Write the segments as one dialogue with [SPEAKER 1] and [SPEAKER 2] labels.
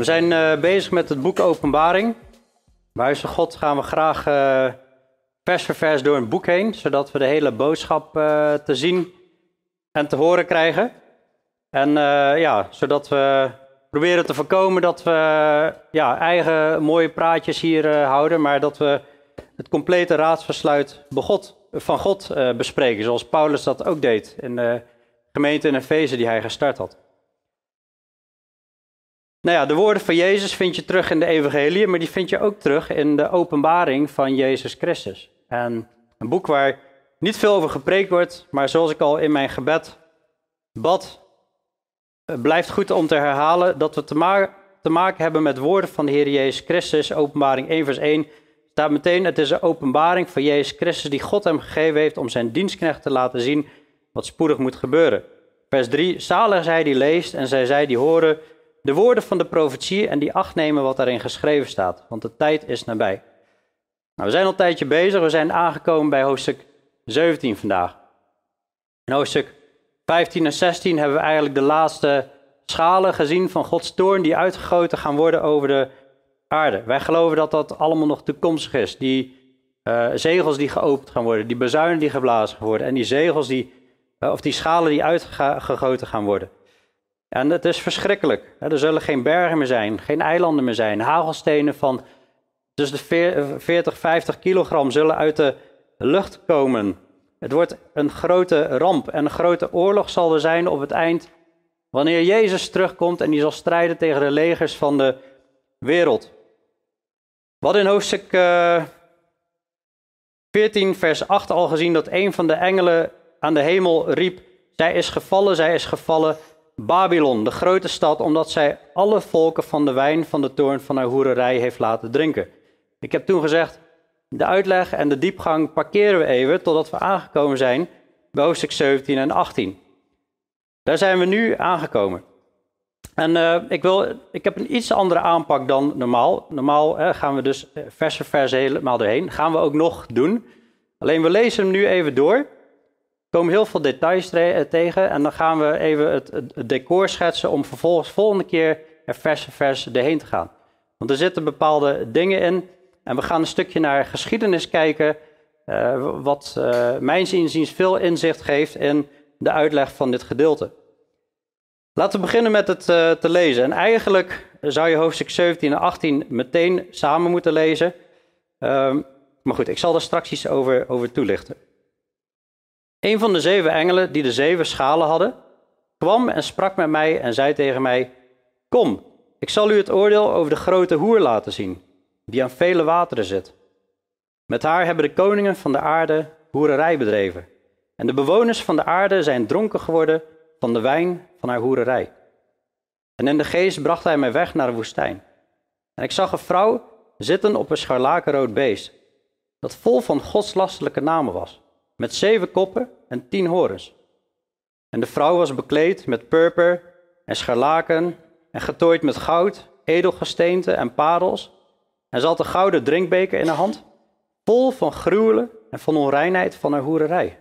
[SPEAKER 1] We zijn bezig met het boek Openbaring. Bij Huis van God gaan we graag vers voor vers door een boek heen, zodat we de hele boodschap te zien en te horen krijgen. En zodat we proberen te voorkomen dat we eigen mooie praatjes hier houden, maar dat we het complete raadsbesluit van God bespreken, zoals Paulus dat ook deed in de gemeente in Efeze die hij gestart had. Nou ja, de woorden van Jezus vind je terug in de evangelie, maar die vind je ook terug in de openbaring van Jezus Christus. En een boek waar niet veel over gepreekt wordt, maar zoals ik al in mijn gebed bad, blijft goed om te herhalen dat we te maken hebben met woorden van de Heer Jezus Christus. Openbaring 1 vers 1 staat meteen: het is een openbaring van Jezus Christus die God hem gegeven heeft om zijn dienstknecht te laten zien wat spoedig moet gebeuren. Vers 3, zalig is hij die leest en zij die horen de woorden van de profetie en die acht nemen wat daarin geschreven staat, want de tijd is nabij. Nou, we zijn al een tijdje bezig, we zijn aangekomen bij hoofdstuk 17 vandaag. In hoofdstuk 15 en 16 hebben we eigenlijk de laatste schalen gezien van Gods toorn die uitgegoten gaan worden over de aarde. Wij geloven dat dat allemaal nog toekomstig is. Die zegels die geopend gaan worden, die bazuinen die geblazen gaan worden en die zegels die schalen die uitgegoten gaan worden. En het is verschrikkelijk. Er zullen geen bergen meer zijn, geen eilanden meer zijn. Hagelstenen van tussen de 40, 50 kilogram zullen uit de lucht komen. Het wordt een grote ramp en een grote oorlog zal er zijn op het eind, wanneer Jezus terugkomt en die zal strijden tegen de legers van de wereld. We hadden in hoofdstuk 14 vers 8 al gezien dat een van de engelen aan de hemel riep: zij is gevallen, Babylon, de grote stad, omdat zij alle volken van de wijn van de toorn van haar hoererij heeft laten drinken. Ik heb toen gezegd, de uitleg en de diepgang parkeren we even totdat we aangekomen zijn bij hoofdstuk 17 en 18. Daar zijn we nu aangekomen. En ik heb een iets andere aanpak dan normaal. Normaal gaan we dus vers voor vers helemaal doorheen. Gaan we ook nog doen. Alleen we lezen hem nu even door. Er komen heel veel details tegen en dan gaan we even het decor schetsen om vervolgens volgende keer er vers voor vers doorheen te gaan. Want er zitten bepaalde dingen in en we gaan een stukje naar geschiedenis kijken, wat mijns inziens veel inzicht geeft in de uitleg van dit gedeelte. Laten we beginnen met het te lezen. En eigenlijk zou je hoofdstuk 17 en 18 meteen samen moeten lezen. Maar goed, ik zal er straks iets over toelichten. Een van de 7 engelen die de 7 schalen hadden, kwam en sprak met mij en zei tegen mij: kom, ik zal u het oordeel over de grote hoer laten zien, die aan vele wateren zit. Met haar hebben de koningen van de aarde hoererij bedreven. En de bewoners van de aarde zijn dronken geworden van de wijn van haar hoererij. En in de geest bracht hij mij weg naar de woestijn. En ik zag een vrouw zitten op een scharlakenrood beest, dat vol van godslastelijke namen was, met 7 koppen en 10 horens. En de vrouw was bekleed met purper en scharlaken en getooid met goud, edelgesteente en parels. En ze had een gouden drinkbeker in haar hand, vol van gruwelen en van onreinheid van haar hoererij.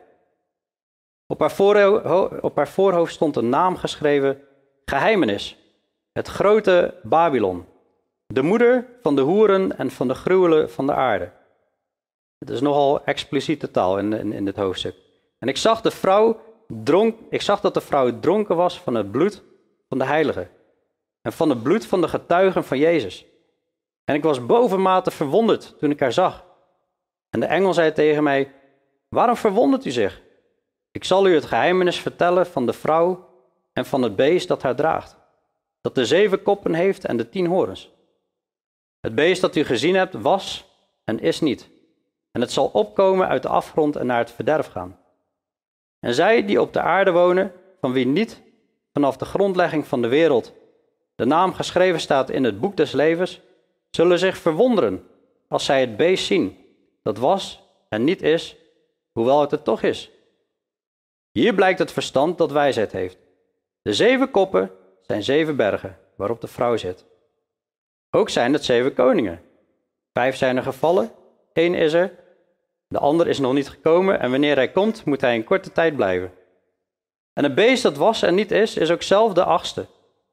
[SPEAKER 1] Op haar voorhoofd stond een naam geschreven: Geheimenis, het grote Babylon, de moeder van de hoeren en van de gruwelen van de aarde. Het is nogal expliciete taal in dit hoofdstuk. En ik zag dat de vrouw dronken was van het bloed van de heiligen en van het bloed van de getuigen van Jezus. En ik was bovenmate verwonderd toen ik haar zag. En de engel zei tegen mij: waarom verwondert u zich? Ik zal u het geheimenis vertellen van de vrouw en van het beest dat haar draagt, dat de 7 koppen heeft en de 10 horens. Het beest dat u gezien hebt was en is niet. En het zal opkomen uit de afgrond en naar het verderf gaan. En zij die op de aarde wonen, van wie niet vanaf de grondlegging van de wereld de naam geschreven staat in het boek des levens, zullen zich verwonderen als zij het beest zien, dat was en niet is, hoewel het toch is. Hier blijkt het verstand dat wijsheid heeft. De 7 koppen zijn 7 bergen, waarop de vrouw zit. Ook zijn het 7 koningen. 5 zijn er gevallen, 1 is er, de ander is nog niet gekomen en wanneer hij komt, moet hij een korte tijd blijven. En het beest dat was en niet is ook zelf de 8e.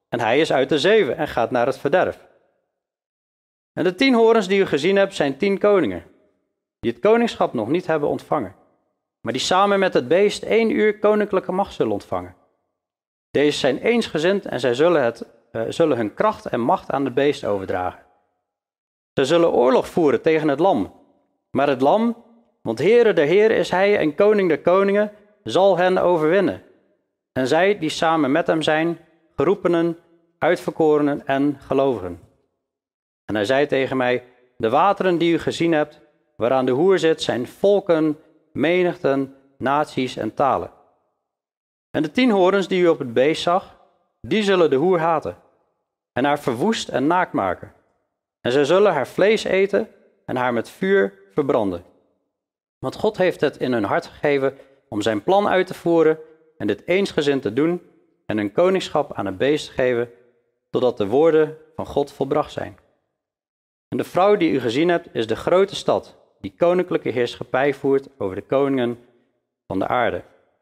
[SPEAKER 1] En hij is uit de 7 en gaat naar het verderf. En de 10 horens die u gezien hebt zijn 10 koningen, die het koningschap nog niet hebben ontvangen, maar die samen met het beest 1 uur koninklijke macht zullen ontvangen. Deze zijn eensgezind en zij zullen hun kracht en macht aan het beest overdragen. Ze zullen oorlog voeren tegen het lam. Maar het lam, want Heere de Heer is hij en koning der koningen, zal hen overwinnen. En zij die samen met hem zijn, geroepenen, uitverkorenen en gelovigen. En hij zei tegen mij, de wateren die u gezien hebt, waaraan de hoer zit, zijn volken, menigten, naties en talen. En de 10 horens die u op het beest zag, die zullen de hoer haten en haar verwoest en naakt maken. En zij zullen haar vlees eten en haar met vuur verbranden. Want God heeft het in hun hart gegeven om zijn plan uit te voeren en dit eensgezind te doen en hun koningschap aan het beest te geven, totdat de woorden van God volbracht zijn. En de vrouw die u gezien hebt is de grote stad, die koninklijke heerschappij voert over de koningen van de aarde.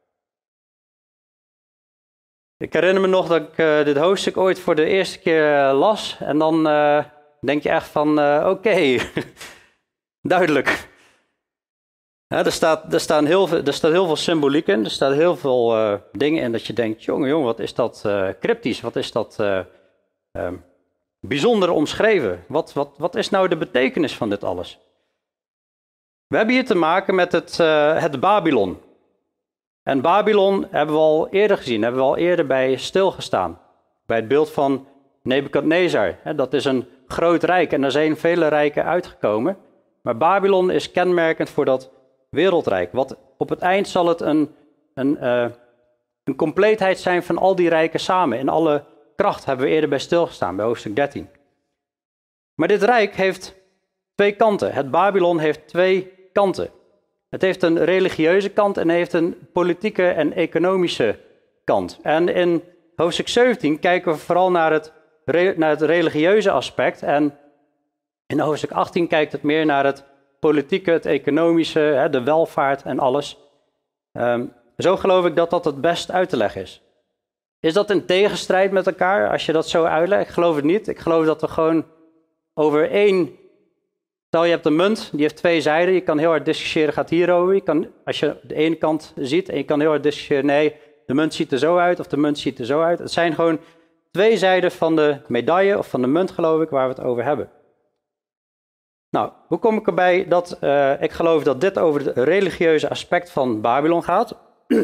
[SPEAKER 1] Ik herinner me nog dat ik dit hoofdstuk ooit voor de eerste keer las. En dan denk je echt van, oké, duidelijk. Ja, er staat heel veel symboliek in. Er staan heel veel dingen in dat je denkt, jongen, wat is dat cryptisch? Wat is dat bijzonder omschreven? Wat is nou de betekenis van dit alles? We hebben hier te maken met het Babylon. En Babylon hebben we al eerder gezien, hebben we al eerder bij stilgestaan. Bij het beeld van Nebukadnezar. Dat is een groot rijk en er zijn vele rijken uitgekomen. Maar Babylon is kenmerkend voor dat wereldrijk. Wat op het eind zal het een compleetheid zijn van al die rijken samen. In alle kracht hebben we eerder bij stilgestaan, bij hoofdstuk 13. Maar dit rijk heeft 2 kanten. Het Babylon heeft 2 kanten. Het heeft een religieuze kant en heeft een politieke en economische kant. En in hoofdstuk 17 kijken we vooral naar het religieuze aspect. En in hoofdstuk 18 kijkt het meer naar het politieke, het economische, de welvaart en alles. Zo geloof ik dat dat het best uit te leggen is. Is dat in tegenstrijd met elkaar als je dat zo uitlegt? Ik geloof het niet. Ik geloof dat we gewoon over één... Stel je hebt een munt, die heeft 2 zijden. Je kan heel hard discussiëren, gaat hierover. Je kan, als je de ene kant ziet en je kan heel hard discussiëren, nee, de munt ziet er zo uit of de munt ziet er zo uit. Het zijn gewoon 2 zijden van de medaille of van de munt, geloof ik, waar we het over hebben. Nou, hoe kom ik erbij dat ik geloof dat dit over het religieuze aspect van Babylon gaat?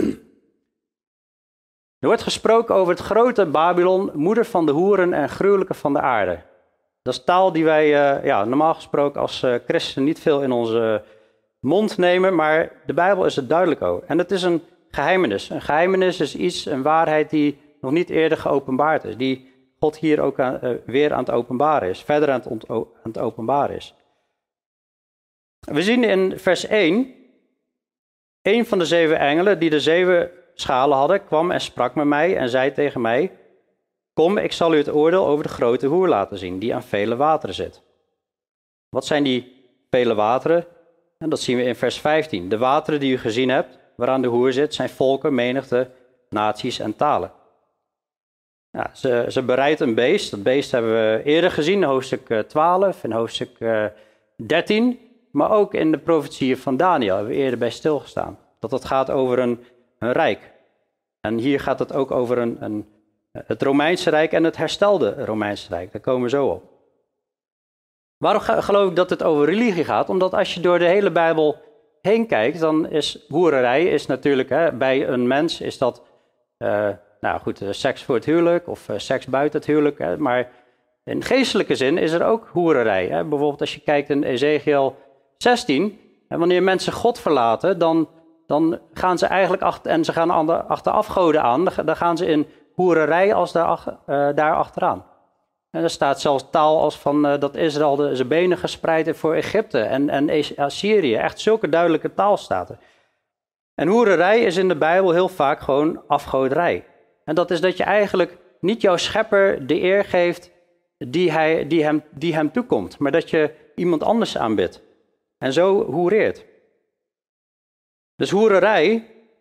[SPEAKER 1] Er wordt gesproken over het grote Babylon, moeder van de hoeren en gruwelijke van de aarde. Dat is taal die wij normaal gesproken als christenen niet veel in onze mond nemen, maar de Bijbel is er duidelijk over. En het is een geheimenis. Een geheimenis is iets, een waarheid die nog niet eerder geopenbaard is. Die God hier ook weer aan het openbaren is, verder aan het openbaren is. We zien in vers 1, een van de 7 engelen die de 7 schalen hadden, kwam en sprak met mij en zei tegen mij, kom, ik zal u het oordeel over de grote hoer laten zien, die aan vele wateren zit. Wat zijn die vele wateren? En dat zien we in vers 15. De wateren die u gezien hebt, waaraan de hoer zit, zijn volken, menigte, naties en talen. Ja, ze bereidt een beest. Dat beest hebben we eerder gezien in hoofdstuk 12, in hoofdstuk 13. Maar ook in de profetieën van Daniel hebben we eerder bij stilgestaan. Dat het gaat over een rijk. En hier gaat het ook over het Romeinse Rijk en het herstelde Romeinse Rijk. Daar komen we zo op. Waarom geloof ik dat het over religie gaat? Omdat als je door de hele Bijbel heen kijkt, dan is hoererij natuurlijk, bij een mens is dat seks voor het huwelijk of seks buiten het huwelijk. Maar in geestelijke zin is er ook hoererij. Bijvoorbeeld als je kijkt in Ezekiel 16, en wanneer mensen God verlaten, dan gaan ze eigenlijk ze gaan achter afgoden aan. Dan gaan ze in hoererij als daar achteraan. En er staat zelfs taal als van dat Israël zijn benen gespreid heeft voor Egypte en Assyrië. Echt zulke duidelijke taal staat er. En hoererij is in de Bijbel heel vaak gewoon afgoderij. En dat is dat je eigenlijk niet jouw schepper de eer geeft die hem toekomt. Maar dat je iemand anders aanbidt. En zo hoereert. Dus hoererij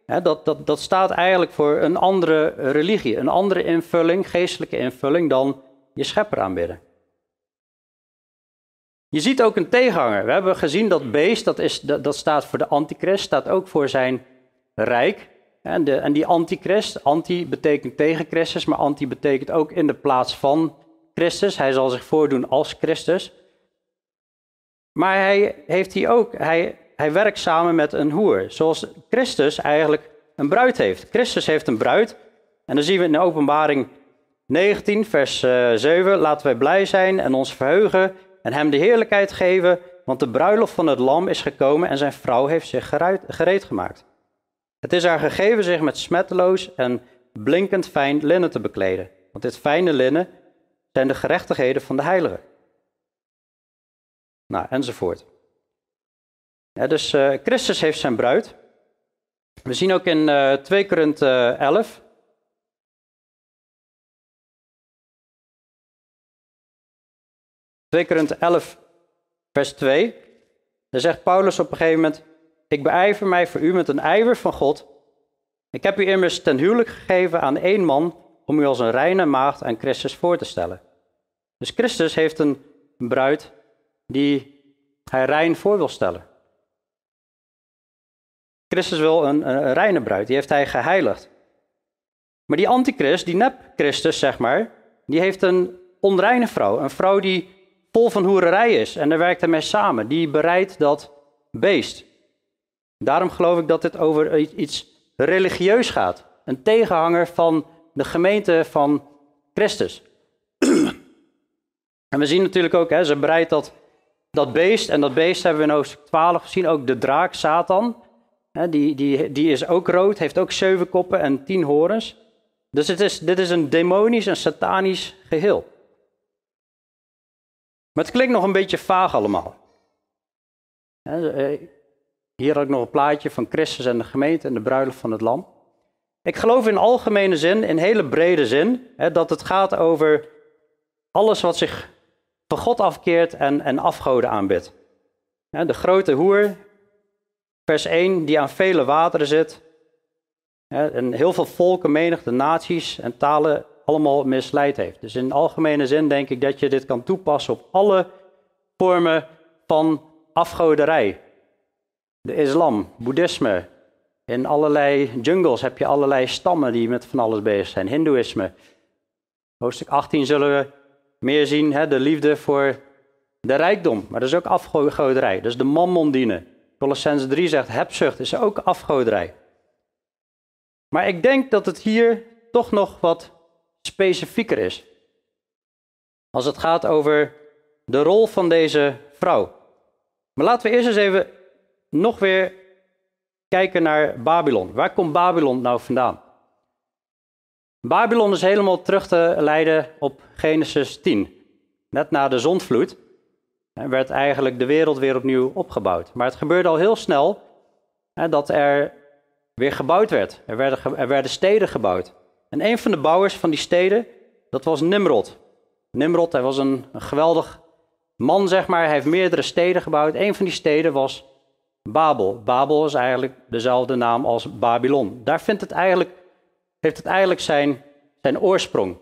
[SPEAKER 1] dat staat eigenlijk voor een andere religie, een andere invulling, geestelijke invulling dan je schepper aanbidden. Je ziet ook een tegenhanger. We hebben gezien dat beest, dat staat voor de antichrist, staat ook voor zijn rijk. En die antichrist, anti betekent tegen Christus, maar anti betekent ook in de plaats van Christus. Hij zal zich voordoen als Christus. Maar hij werkt samen met een hoer, zoals Christus eigenlijk een bruid heeft. Christus heeft een bruid. En dan zien we in Openbaring 19, vers 7. Laten wij blij zijn en ons verheugen en hem de heerlijkheid geven, want de bruiloft van het lam is gekomen en zijn vrouw heeft zich gereed gemaakt. Het is haar gegeven zich met smetteloos en blinkend fijn linnen te bekleden. Want dit fijne linnen zijn de gerechtigheden van de heiligen. Nou, enzovoort. Ja, dus Christus heeft zijn bruid. We zien ook in 2 Korinthe 11. Korinthe 11, vers 2. Daar zegt Paulus op een gegeven moment: ik beijver mij voor u met een ijver van God. Ik heb u immers ten huwelijk gegeven aan één man, om u als een reine maagd aan Christus voor te stellen. Dus Christus heeft een bruid die hij rein voor wil stellen. Christus wil een reine bruid, die heeft hij geheiligd. Maar die antichrist, die nep-Christus zeg maar, die heeft een onreine vrouw. Een vrouw die vol van hoererij is en daar werkt hij mee samen. Die bereidt dat beest. Daarom geloof ik dat dit over iets religieus gaat. Een tegenhanger van de gemeente van Christus. En we zien natuurlijk ook, ze bereidt dat beest. En dat beest hebben we in hoofdstuk 12 gezien. Ook de draak, Satan. Die is ook rood, heeft ook 7 koppen en 10 horens. Dus dit is een demonisch en satanisch geheel. Maar het klinkt nog een beetje vaag allemaal. Hier had ik nog een plaatje van Christus en de gemeente en de bruiloft van het lam. Ik geloof in algemene zin, in hele brede zin, dat het gaat over alles wat zich van God afkeert en afgoden aanbidt. De grote hoer, vers 1, die aan vele wateren zit. En heel veel volken, menigte, naties en talen allemaal misleid heeft. Dus in algemene zin denk ik dat je dit kan toepassen op alle vormen van afgoderij. De islam, boeddhisme. In allerlei jungles heb je allerlei stammen die met van alles bezig zijn. Hindoeïsme. Hoofdstuk 18 zullen we meer zien, de liefde voor de rijkdom. Maar dat is ook afgoderij. Dus de mammon dienen. Colossenzen 3 zegt, hebzucht is ook afgoderij. Maar ik denk dat het hier toch nog wat specifieker is. Als het gaat over de rol van deze vrouw. Maar laten we eerst eens even nog weer kijken naar Babylon. Waar komt Babylon nou vandaan? Babylon is helemaal terug te leiden op Genesis 10. Net na de zondvloed werd eigenlijk de wereld weer opnieuw opgebouwd. Maar het gebeurde al heel snel dat er weer gebouwd werd. Er werden steden gebouwd. En een van de bouwers van die steden, dat was Nimrod. Nimrod, hij was een geweldig man, zeg maar. Hij heeft meerdere steden gebouwd. Een van die steden was Babel. Babel is eigenlijk dezelfde naam als Babylon. Daar heeft het eigenlijk zijn oorsprong.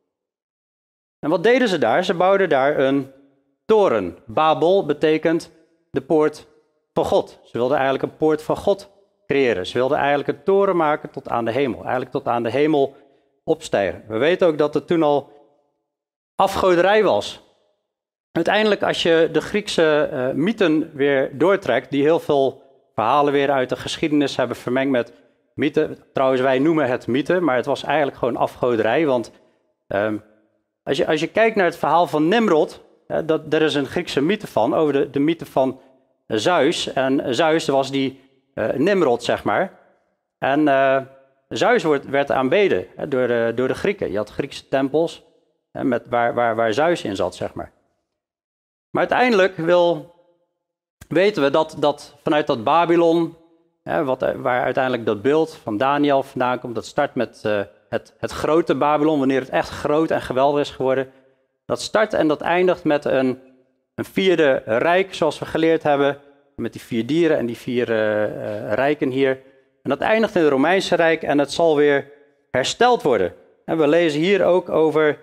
[SPEAKER 1] En wat deden ze daar? Ze bouwden daar een toren. Babel betekent de poort van God. Ze wilden eigenlijk een poort van God creëren. Ze wilden eigenlijk een toren maken tot aan de hemel. Eigenlijk tot aan de hemel opstijgen. We weten ook dat het toen al afgoderij was. Uiteindelijk, als je de Griekse mythen weer doortrekt, die heel veel verhalen weer uit de geschiedenis hebben vermengd met mythen. Trouwens, wij noemen het mythe, maar het was eigenlijk gewoon afgoderij. Want als je kijkt naar het verhaal van Nimrod, er is een Griekse mythe van, over de mythe van Zeus. En Zeus was die Nimrod, zeg maar. En Zeus werd aanbeden door de Grieken. Je had Griekse tempels waar Zeus in zat, zeg maar. Maar uiteindelijk weten we dat vanuit dat Babylon, waar uiteindelijk dat beeld van Daniel vandaan komt, dat start met het grote Babylon, wanneer het echt groot en geweldig is geworden. Dat start en dat eindigt met een vierde rijk, zoals we geleerd hebben, met die 4 dieren en die 4 rijken hier. En dat eindigt in het Romeinse Rijk en het zal weer hersteld worden. En we lezen hier ook over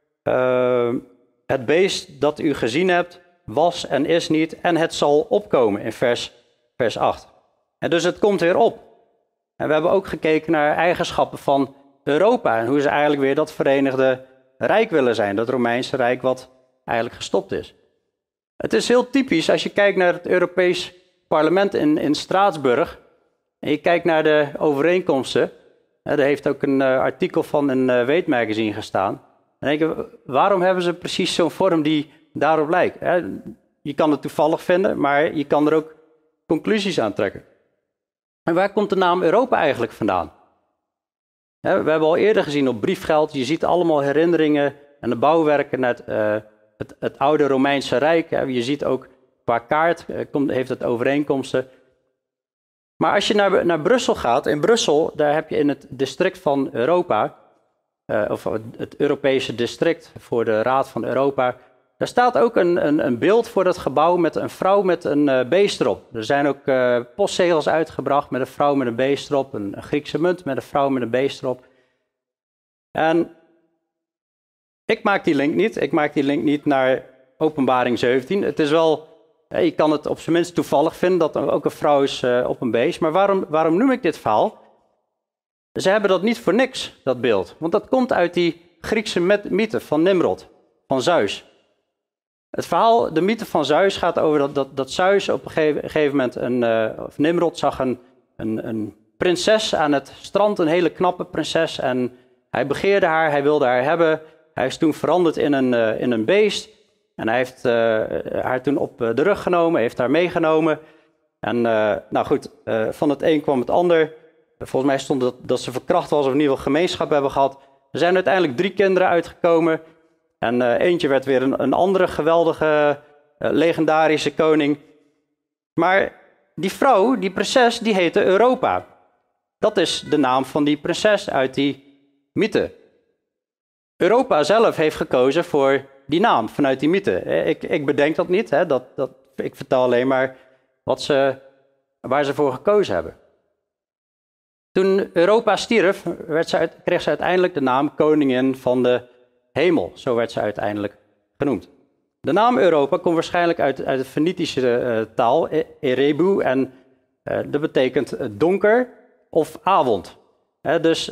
[SPEAKER 1] het beest dat u gezien hebt, was en is niet en het zal opkomen in vers 8. En dus het komt weer op. En we hebben ook gekeken naar eigenschappen van Europa en hoe ze eigenlijk weer dat Verenigde Rijk willen zijn. Dat Romeinse Rijk wat eigenlijk gestopt is. Het is heel typisch als je kijkt naar het Europees Parlement in Straatsburg. En je kijkt naar de overeenkomsten. Er heeft ook een artikel van een Weet Magazine gestaan. En dan denk je, waarom hebben ze precies zo'n vorm die daarop lijkt? Je kan het toevallig vinden, maar je kan er ook conclusies aan trekken. En waar komt de naam Europa eigenlijk vandaan? We hebben al eerder gezien op briefgeld, je ziet allemaal herinneringen en de bouwwerken naar het oude Romeinse Rijk. Je ziet ook qua kaart heeft het overeenkomsten. Maar als je naar Brussel gaat, in Brussel, daar heb je in het district van Europa, of het Europese district voor de Raad van Europa, daar staat ook een beeld voor dat gebouw met een vrouw met een beest erop. Er zijn ook postzegels uitgebracht met een vrouw met een beest erop, een Griekse munt met een vrouw met een beest erop. En ik maak die link niet. Ik maak die link niet naar Openbaring 17. Het is wel, je kan het op zijn minst toevallig vinden dat er ook een vrouw is op een beest. Maar waarom noem ik dit verhaal? Ze hebben dat niet voor niks, dat beeld. Want dat komt uit die Griekse mythe van Nimrod, van Zeus. Het verhaal, de mythe van Zeus gaat over dat Zeus op een gegeven moment, of Nimrod zag een prinses aan het strand, een hele knappe prinses. En hij begeerde haar, hij wilde haar hebben. Hij is toen veranderd in een beest. En hij heeft haar toen op de rug genomen, heeft haar meegenomen. En nou goed, van het een kwam het ander. Volgens mij stond dat ze verkracht was of in ieder geval gemeenschap hebben gehad. Er zijn uiteindelijk 3 kinderen uitgekomen. En eentje werd weer een andere geweldige, legendarische koning. Maar die vrouw, die prinses, die heette Europa. Dat is de naam van die prinses uit die mythe. Europa zelf heeft gekozen voor die naam vanuit die mythe. Ik bedenk dat niet, hè, ik vertel alleen maar waar ze voor gekozen hebben. Toen Europa stierf, kreeg ze uiteindelijk de naam Koningin van de Hemel. Zo werd ze uiteindelijk genoemd. De naam Europa komt waarschijnlijk uit de Fenitische taal, Erebu, en dat betekent donker of avond. Dus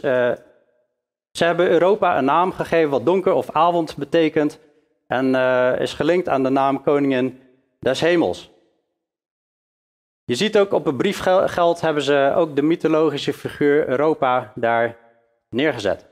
[SPEAKER 1] ze hebben Europa een naam gegeven wat donker of avond betekent en is gelinkt aan de naam Koningin des Hemels. Je ziet ook op het briefgeld hebben ze ook de mythologische figuur Europa daar neergezet.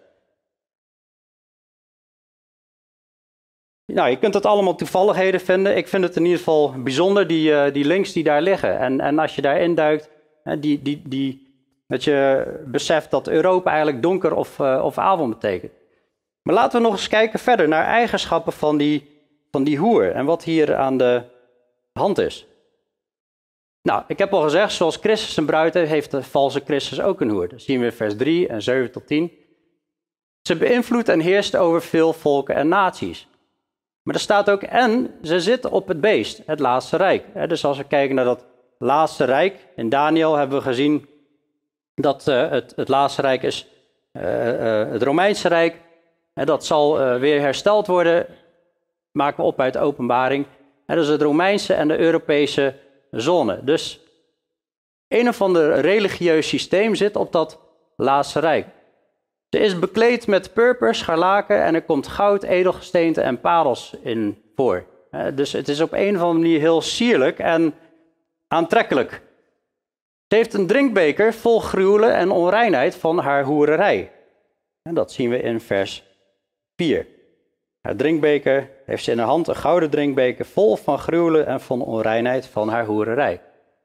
[SPEAKER 1] Nou, je kunt het allemaal toevalligheden vinden. Ik vind het in ieder geval bijzonder, die links die daar liggen. En als je daarin duikt, dat je beseft dat Europa eigenlijk donker of avond betekent. Maar laten we nog eens kijken verder naar eigenschappen van die hoer en wat hier aan de hand is. Nou, ik heb al gezegd, zoals Christus een bruid heeft de valse Christus ook een hoer. Dat zien we in vers 3 en 7 tot 10. Ze beïnvloedt en heerst over veel volken en naties. Maar er staat ook, en ze zit op het beest, het laatste rijk. Dus als we kijken naar dat laatste rijk, in Daniel hebben we gezien dat het laatste rijk is het Romeinse Rijk. Dat zal weer hersteld worden, maken we op uit de Openbaring. Dat is het Romeinse en de Europese zone. Dus een of ander religieus systeem zit op dat laatste rijk. Ze is bekleed met purper, scharlaken en er komt goud, edelgesteente en parels in voor. Dus het is op een of andere manier heel sierlijk en aantrekkelijk. Ze heeft een drinkbeker vol gruwelen en onreinheid van haar hoererij. En dat zien we in vers 4. Haar drinkbeker heeft ze in haar hand, een gouden drinkbeker vol van gruwelen en van onreinheid van haar hoererij.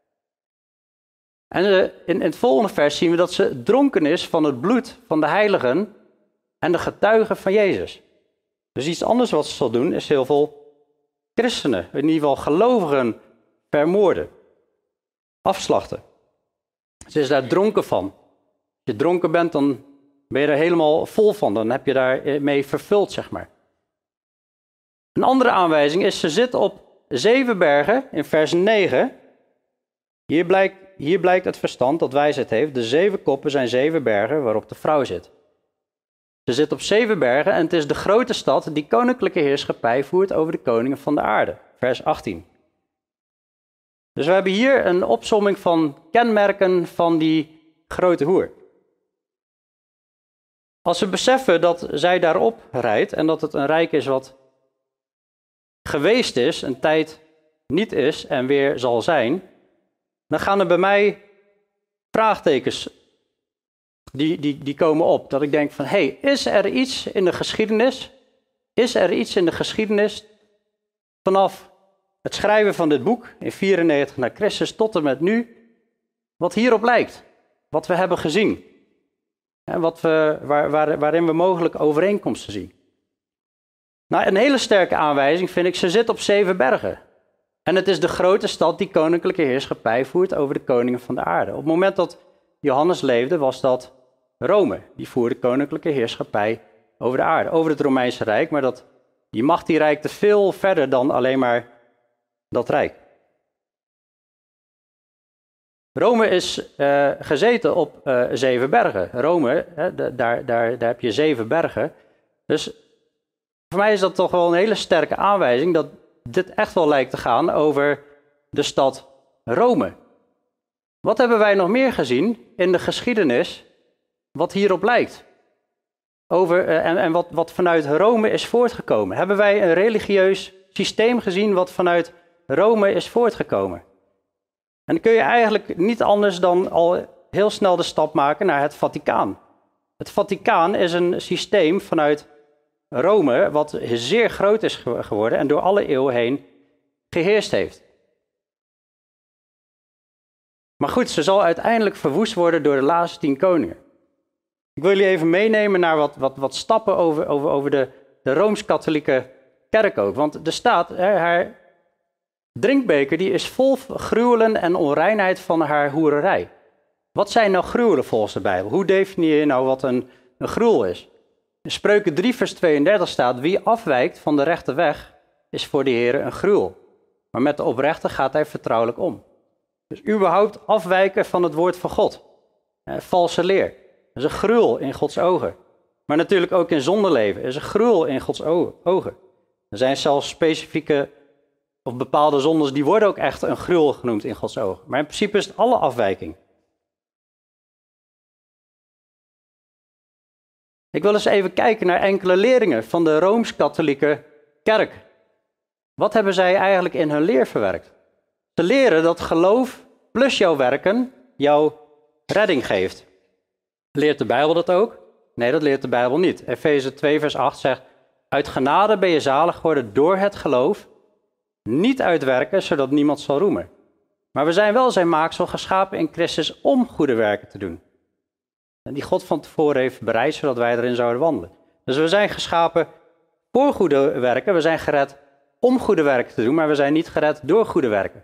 [SPEAKER 1] En in het volgende vers zien we dat ze dronken is van het bloed van de heiligen en de getuigen van Jezus. Dus iets anders wat ze zal doen is heel veel christenen, in ieder geval gelovigen, vermoorden, afslachten. Ze is daar dronken van. Als je dronken bent, dan ben je er helemaal vol van. Dan heb je daarmee vervuld, zeg maar. Een andere aanwijzing is, ze zit op 7 bergen in vers 9. Hier blijkt hier blijkt het verstand dat wijsheid heeft. De 7 koppen zijn 7 bergen waarop de vrouw zit. Ze zit op 7 bergen en het is de grote stad die koninklijke heerschappij voert over de koningen van de aarde. Vers 18. Dus we hebben hier een opsomming van kenmerken van die grote hoer. Als we beseffen dat zij daarop rijdt en dat het een rijk is wat geweest is, een tijd niet is en weer zal zijn, dan gaan er bij mij vraagtekens die komen op. Dat ik denk van, is er iets in de geschiedenis? Is er iets in de geschiedenis vanaf het schrijven van dit boek in 94 na Christus tot en met nu, wat hierop lijkt? Wat we hebben gezien? En waarin we mogelijk overeenkomsten zien. Nou, een hele sterke aanwijzing vind ik, ze zit op 7 bergen. En het is de grote stad die koninklijke heerschappij voert over de koningen van de aarde. Op het moment dat Johannes leefde, was dat Rome. Die voerde koninklijke heerschappij over de aarde, over het Romeinse Rijk. Maar die macht die reikte veel verder dan alleen maar dat rijk. Rome is gezeten op 7 bergen. Rome, daar heb je 7 bergen. Dus voor mij is dat toch wel een hele sterke aanwijzing dat dit echt wel lijkt te gaan over de stad Rome. Wat hebben wij nog meer gezien in de geschiedenis wat hierop lijkt? En wat vanuit Rome is voortgekomen? Hebben wij een religieus systeem gezien wat vanuit Rome is voortgekomen? En dan kun je eigenlijk niet anders dan al heel snel de stap maken naar het Vaticaan. Het Vaticaan is een systeem vanuit Rome wat zeer groot is geworden en door alle eeuwen heen geheerst heeft. Maar goed, ze zal uiteindelijk verwoest worden door de laatste 10 koningen. Ik wil jullie even meenemen naar wat stappen over de Rooms-Katholieke kerk ook. Want er staat, haar drinkbeker die is vol gruwelen en onreinheid van haar hoererij. Wat zijn nou gruwelen volgens de Bijbel? Hoe definieer je nou wat een gruwel is? In Spreuken 3 vers 32 staat, wie afwijkt van de rechte weg is voor de Heer een gruwel. Maar met de oprechte gaat hij vertrouwelijk om. Dus überhaupt afwijken van het woord van God. Valse leer. Dat is een gruwel in Gods ogen. Maar natuurlijk ook in zondeleven is een gruwel in Gods ogen. Er zijn zelfs specifieke of bepaalde zondes die worden ook echt een gruwel genoemd in Gods ogen. Maar in principe is het alle afwijking. Ik wil eens even kijken naar enkele leringen van de Rooms-Katholieke kerk. Wat hebben zij eigenlijk in hun leer verwerkt? Ze leren dat geloof plus jouw werken jouw redding geeft. Leert de Bijbel dat ook? Nee, dat leert de Bijbel niet. Efeze 2 vers 8 zegt, uit genade ben je zalig geworden door het geloof, niet uit werken, zodat niemand zal roemen. Maar we zijn wel zijn maaksel geschapen in Christus om goede werken te doen. En die God van tevoren heeft bereid, zodat wij erin zouden wandelen. Dus we zijn geschapen voor goede werken. We zijn gered om goede werken te doen, maar we zijn niet gered door goede werken.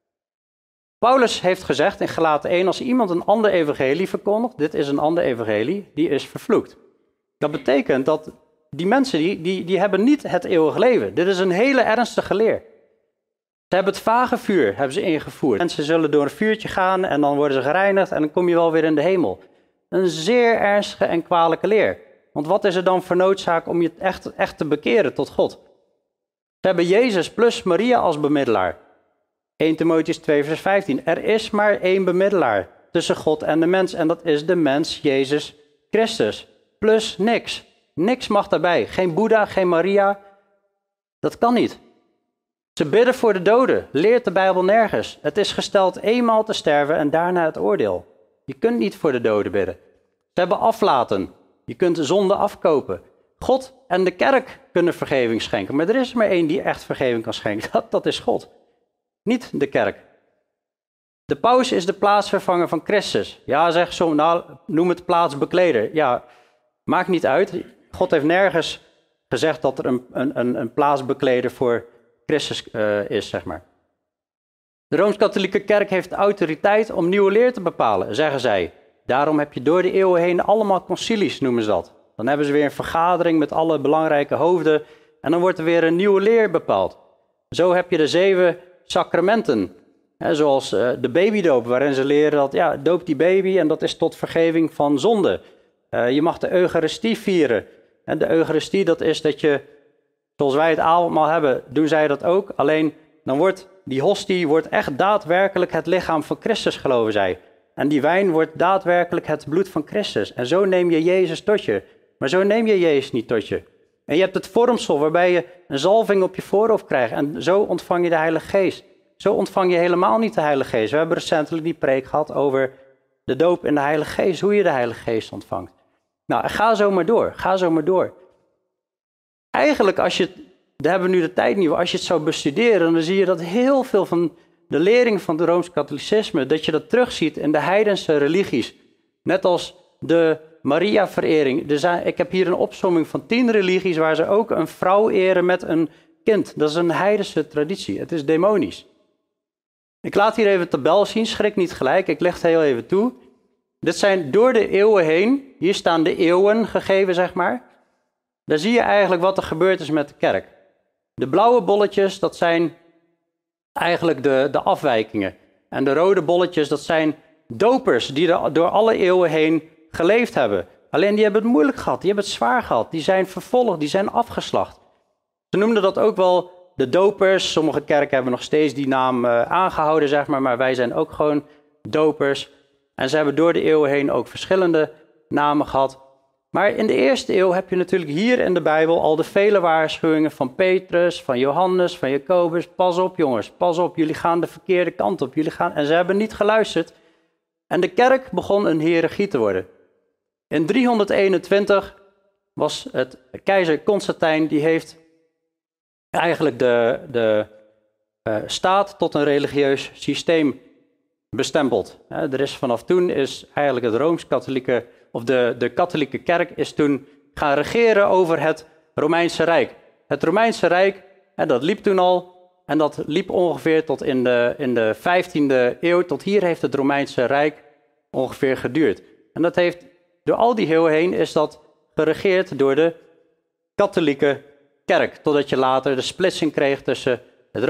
[SPEAKER 1] Paulus heeft gezegd in Galaten 1, als iemand een ander evangelie verkondigt, dit is een ander evangelie, die is vervloekt. Dat betekent dat die mensen, die hebben niet het eeuwige leven. Dit is een hele ernstige leer. Ze hebben het vage vuur hebben ze ingevoerd. Mensen zullen door een vuurtje gaan en dan worden ze gereinigd en dan kom je wel weer in de hemel. Een zeer ernstige en kwalijke leer. Want wat is er dan voor noodzaak om je echt te bekeren tot God? Ze hebben Jezus plus Maria als bemiddelaar. 1 Timotheüs 2 vers 15. Er is maar één bemiddelaar tussen God en de mens en dat is de mens Jezus Christus. Plus niks. Niks mag daarbij. Geen Boeddha, geen Maria. Dat kan niet. Ze bidden voor de doden. Leert de Bijbel nergens. Het is gesteld eenmaal te sterven en daarna het oordeel. Je kunt niet voor de doden bidden. Ze hebben aflaten. Je kunt de zonde afkopen. God en de kerk kunnen vergeving schenken. Maar er is maar één die echt vergeving kan schenken. Dat is God. Niet de kerk. De paus is de plaatsvervanger van Christus. Ja, zeg zo, nou, noem het plaatsbekleder. Ja, maakt niet uit. God heeft nergens gezegd dat er een plaatsbekleder voor Christus is, zeg maar. De Rooms-Katholieke kerk heeft de autoriteit om nieuwe leer te bepalen, zeggen zij. Daarom heb je door de eeuwen heen allemaal concilies, noemen ze dat. Dan hebben ze weer een vergadering met alle belangrijke hoofden en dan wordt er weer een nieuwe leer bepaald. Zo heb je de 7 sacramenten Zoals de babydoop, waarin ze leren dat, ja, doop die baby en dat is tot vergeving van zonde. Je mag de Eucharistie vieren. En de Eucharistie, dat is dat je, zoals wij het avondmaal hebben, doen zij dat ook. Alleen, dan wordt die hostie echt daadwerkelijk het lichaam van Christus, geloven zij. En die wijn wordt daadwerkelijk het bloed van Christus. En zo neem je Jezus tot je. Maar zo neem je Jezus niet tot je. En je hebt het vormsel waarbij je een zalving op je voorhoofd krijgt. En zo ontvang je de Heilige Geest. Zo ontvang je helemaal niet de Heilige Geest. We hebben recentelijk die preek gehad over de doop in de Heilige Geest. Hoe je de Heilige Geest ontvangt. Nou, ga zo maar door. Ga zo maar door. Eigenlijk, daar hebben we nu de tijd niet, als je het zou bestuderen, dan zie je dat heel veel van de lering van het Rooms-Katholicisme, dat je dat terugziet in de heidense religies. Net als de Maria-verering. Ik heb hier een opsomming van 10 religies waar ze ook een vrouw eren met een kind. Dat is een heidense traditie. Het is demonisch. Ik laat hier even een tabel zien, schrik niet gelijk, ik leg het heel even toe. Dit zijn door de eeuwen heen, hier staan de eeuwen gegeven, zeg maar. Daar zie je eigenlijk wat er gebeurd is met de kerk. De blauwe bolletjes, dat zijn eigenlijk de afwijkingen. En de rode bolletjes, dat zijn dopers die er door alle eeuwen heen geleefd hebben. Alleen die hebben het moeilijk gehad, die hebben het zwaar gehad. Die zijn vervolgd, die zijn afgeslacht. Ze noemden dat ook wel de dopers. Sommige kerken hebben nog steeds die naam aangehouden, zeg maar wij zijn ook gewoon dopers. En ze hebben door de eeuwen heen ook verschillende namen gehad. Maar in de eerste eeuw heb je natuurlijk hier in de Bijbel al de vele waarschuwingen van Petrus, van Johannes, van Jacobus. Pas op jongens, pas op, jullie gaan de verkeerde kant op. En ze hebben niet geluisterd. En de kerk begon een hiërarchie te worden. In 321 was het keizer Constantijn, die heeft eigenlijk de staat tot een religieus systeem bestempeld. Er is vanaf toen is eigenlijk het Rooms-Katholieke, of de katholieke kerk is toen gaan regeren over het Romeinse Rijk. Het Romeinse Rijk, dat liep toen al, en dat liep ongeveer tot in de 15e eeuw. Tot hier heeft het Romeinse Rijk ongeveer geduurd. En dat heeft, door al die eeuwen heen, is dat geregeerd door de katholieke kerk. Totdat je later de splitsing kreeg tussen het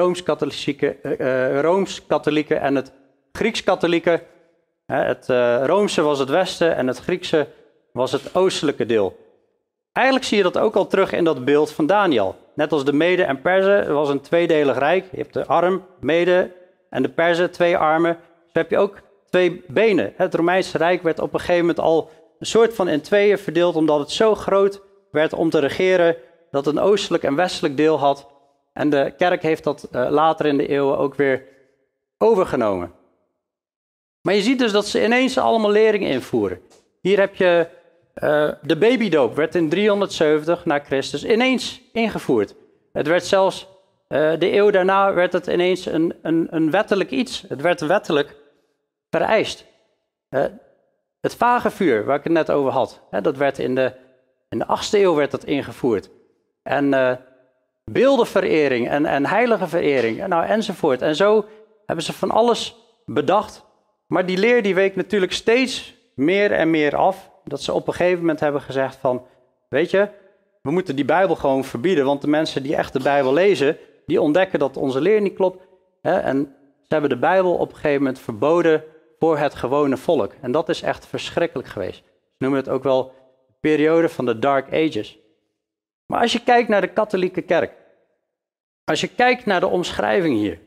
[SPEAKER 1] Rooms-Katholieke en het Grieks-Katholieke. Het Roomse was het westen en het Griekse was het oostelijke deel. Eigenlijk zie je dat ook al terug in dat beeld van Daniel. Net als de Meden en Perzen was een tweedelig rijk. Je hebt de arm, Mede en de Perzen, 2 armen. Dus heb je ook 2 benen. Het Romeinse Rijk werd op een gegeven moment al een soort van in 2 verdeeld, omdat het zo groot werd om te regeren dat het een oostelijk en westelijk deel had. En de kerk heeft dat later in de eeuwen ook weer overgenomen. Maar je ziet dus dat ze ineens allemaal leringen invoeren. Hier heb je de babydoop, werd in 370 na Christus ineens ingevoerd. Het werd zelfs, de eeuw daarna werd het ineens een wettelijk iets. Het werd wettelijk vereist. Het vagevuur, waar ik het net over had, dat werd in de 8e eeuw werd dat ingevoerd. En beeldenverering en heiligenverering enzovoort. En zo hebben ze van alles bedacht. Maar die leer die week natuurlijk steeds meer en meer af. Dat ze op een gegeven moment hebben gezegd van, weet je, we moeten die Bijbel gewoon verbieden. Want de mensen die echt de Bijbel lezen, die ontdekken dat onze leer niet klopt. En ze hebben de Bijbel op een gegeven moment verboden voor het gewone volk. En dat is echt verschrikkelijk geweest. Ze noemen het ook wel de periode van de Dark Ages. Maar als je kijkt naar de katholieke kerk, als je kijkt naar de omschrijving hier.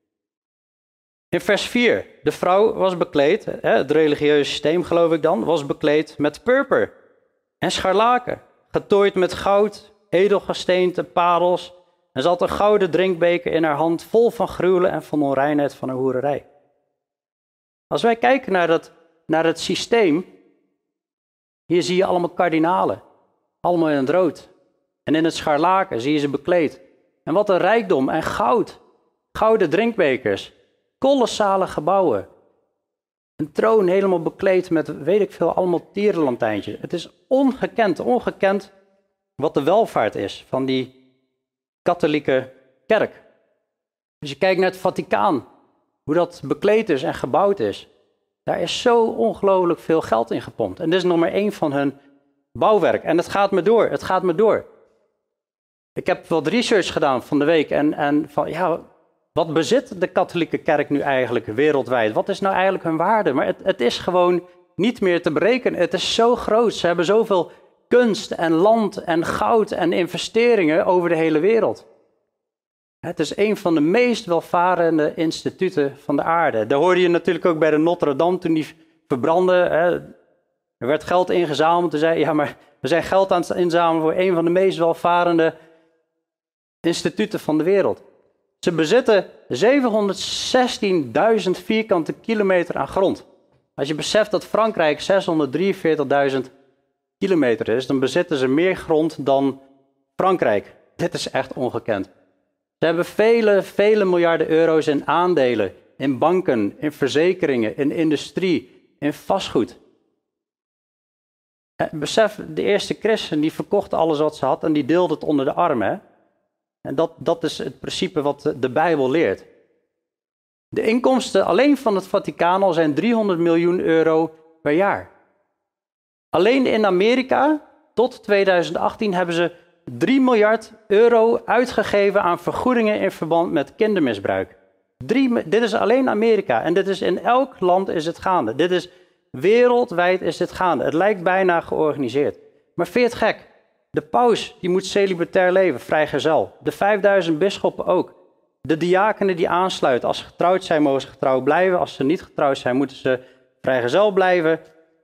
[SPEAKER 1] In vers 4, de vrouw was bekleed, het religieuze systeem geloof ik dan, was bekleed met purper en scharlaken, getooid met goud, edelgesteente, parels. En ze had een gouden drinkbeker in haar hand, vol van gruwelen en van onreinheid van een hoererij. Als wij kijken naar het systeem, hier zie je allemaal kardinalen, allemaal in het rood. En in het scharlaken zie je ze bekleed. En wat een rijkdom en goud, gouden drinkbekers. Kolossale gebouwen. Een troon helemaal bekleed met, weet ik veel, allemaal tierenlantijntjes. Het is ongekend wat de welvaart is van die katholieke kerk. Als je kijkt naar het Vaticaan, hoe dat bekleed is en gebouwd is. Daar is zo ongelooflijk veel geld in gepompt. En dit is nog maar 1 van hun bouwwerk. En het gaat me door. Ik heb wat research gedaan van de week en van, ja, wat bezit de katholieke kerk nu eigenlijk wereldwijd? Wat is nou eigenlijk hun waarde? Maar het is gewoon niet meer te berekenen. Het is zo groot. Ze hebben zoveel kunst en land en goud en investeringen over de hele wereld. Het is een van de meest welvarende instituten van de aarde. Daar hoorde je natuurlijk ook bij de Notre Dame toen die verbrandde. Er werd geld ingezameld. Toen zei ja, maar we zijn geld aan het inzamelen voor een van de meest welvarende instituten van de wereld. Ze bezitten 716.000 vierkante kilometer aan grond. Als je beseft dat Frankrijk 643.000 kilometer is, dan bezitten ze meer grond dan Frankrijk. Dit is echt ongekend. Ze hebben vele miljarden euro's in aandelen, in banken, in verzekeringen, in industrie, in vastgoed. Besef, de eerste christen die verkocht alles wat ze had en die deelde het onder de armen. Hè? En dat is het principe wat de Bijbel leert. De inkomsten alleen van het Vaticaan al zijn 300 miljoen euro per jaar. Alleen in Amerika, tot 2018, hebben ze 3 miljard euro uitgegeven aan vergoedingen in verband met kindermisbruik. Dit is alleen Amerika en dit is in elk land is het gaande. Dit is wereldwijd is dit gaande. Het lijkt bijna georganiseerd. Maar vind je het gek? De paus die moet celibatair leven, vrijgezel. De 5000 bisschoppen ook. De diakenen die aansluiten. Als ze getrouwd zijn, mogen ze getrouwd blijven. Als ze niet getrouwd zijn, moeten ze vrijgezel blijven.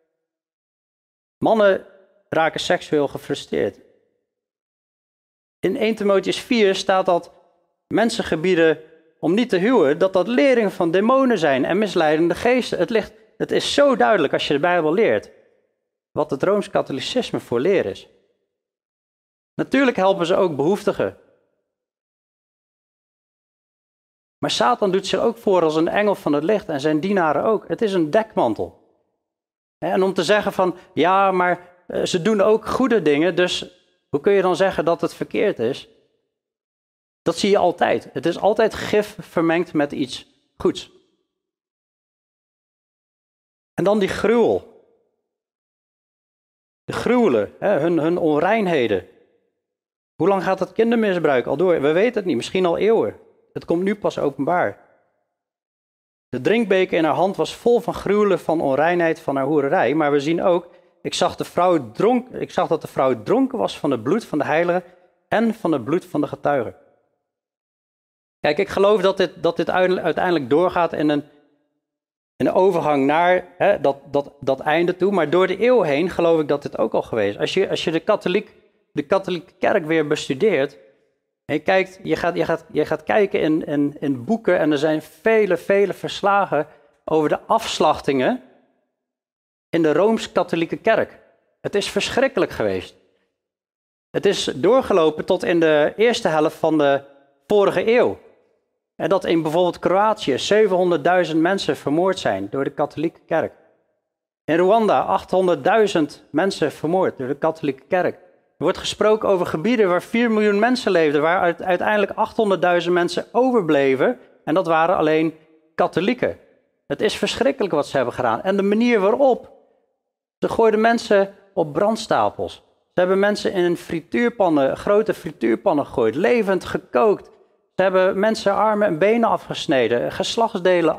[SPEAKER 1] Mannen raken seksueel gefrustreerd. In 1 Timotheüs 4 staat dat mensen gebieden om niet te huwen, dat leringen van demonen zijn en misleidende geesten. Het is zo duidelijk als je de Bijbel leert wat het Rooms-Katholicisme voor leer is. Natuurlijk helpen ze ook behoeftigen. Maar Satan doet zich ook voor als een engel van het licht en zijn dienaren ook. Het is een dekmantel. En om te zeggen van, ja, maar ze doen ook goede dingen, dus hoe kun je dan zeggen dat het verkeerd is? Dat zie je altijd. Het is altijd gif vermengd met iets goeds. En dan die gruwel. De gruwelen, hun onreinheden. Hoe lang gaat het kindermisbruik al door? We weten het niet, misschien al eeuwen. Het komt nu pas openbaar. De drinkbeker in haar hand was vol van gruwelen, van onreinheid, van haar hoererij. Maar we zien ook, ik zag dat de vrouw dronken was van het bloed van de heiligen en van het bloed van de getuigen. Kijk, ik geloof dat dit uiteindelijk doorgaat in een overgang naar dat einde toe. Maar door de eeuw heen geloof ik dat dit ook al geweest is. Als je de katholieke kerk weer bestudeert en je kijkt, je gaat kijken in boeken en er zijn vele verslagen over de afslachtingen in de Rooms-Katholieke kerk. Het is verschrikkelijk geweest. Het is doorgelopen tot in de eerste helft van de vorige eeuw. En dat in bijvoorbeeld Kroatië 700.000 mensen vermoord zijn door de katholieke kerk. In Rwanda 800.000 mensen vermoord door de katholieke kerk. Er wordt gesproken over gebieden waar 4 miljoen mensen leefden, waar uiteindelijk 800.000 mensen overbleven. En dat waren alleen katholieken. Het is verschrikkelijk wat ze hebben gedaan. En de manier waarop. Ze gooiden mensen op brandstapels. Ze hebben mensen in grote frituurpannen gegooid, levend gekookt. Ze hebben mensen armen en benen afgesneden, geslachtsdelen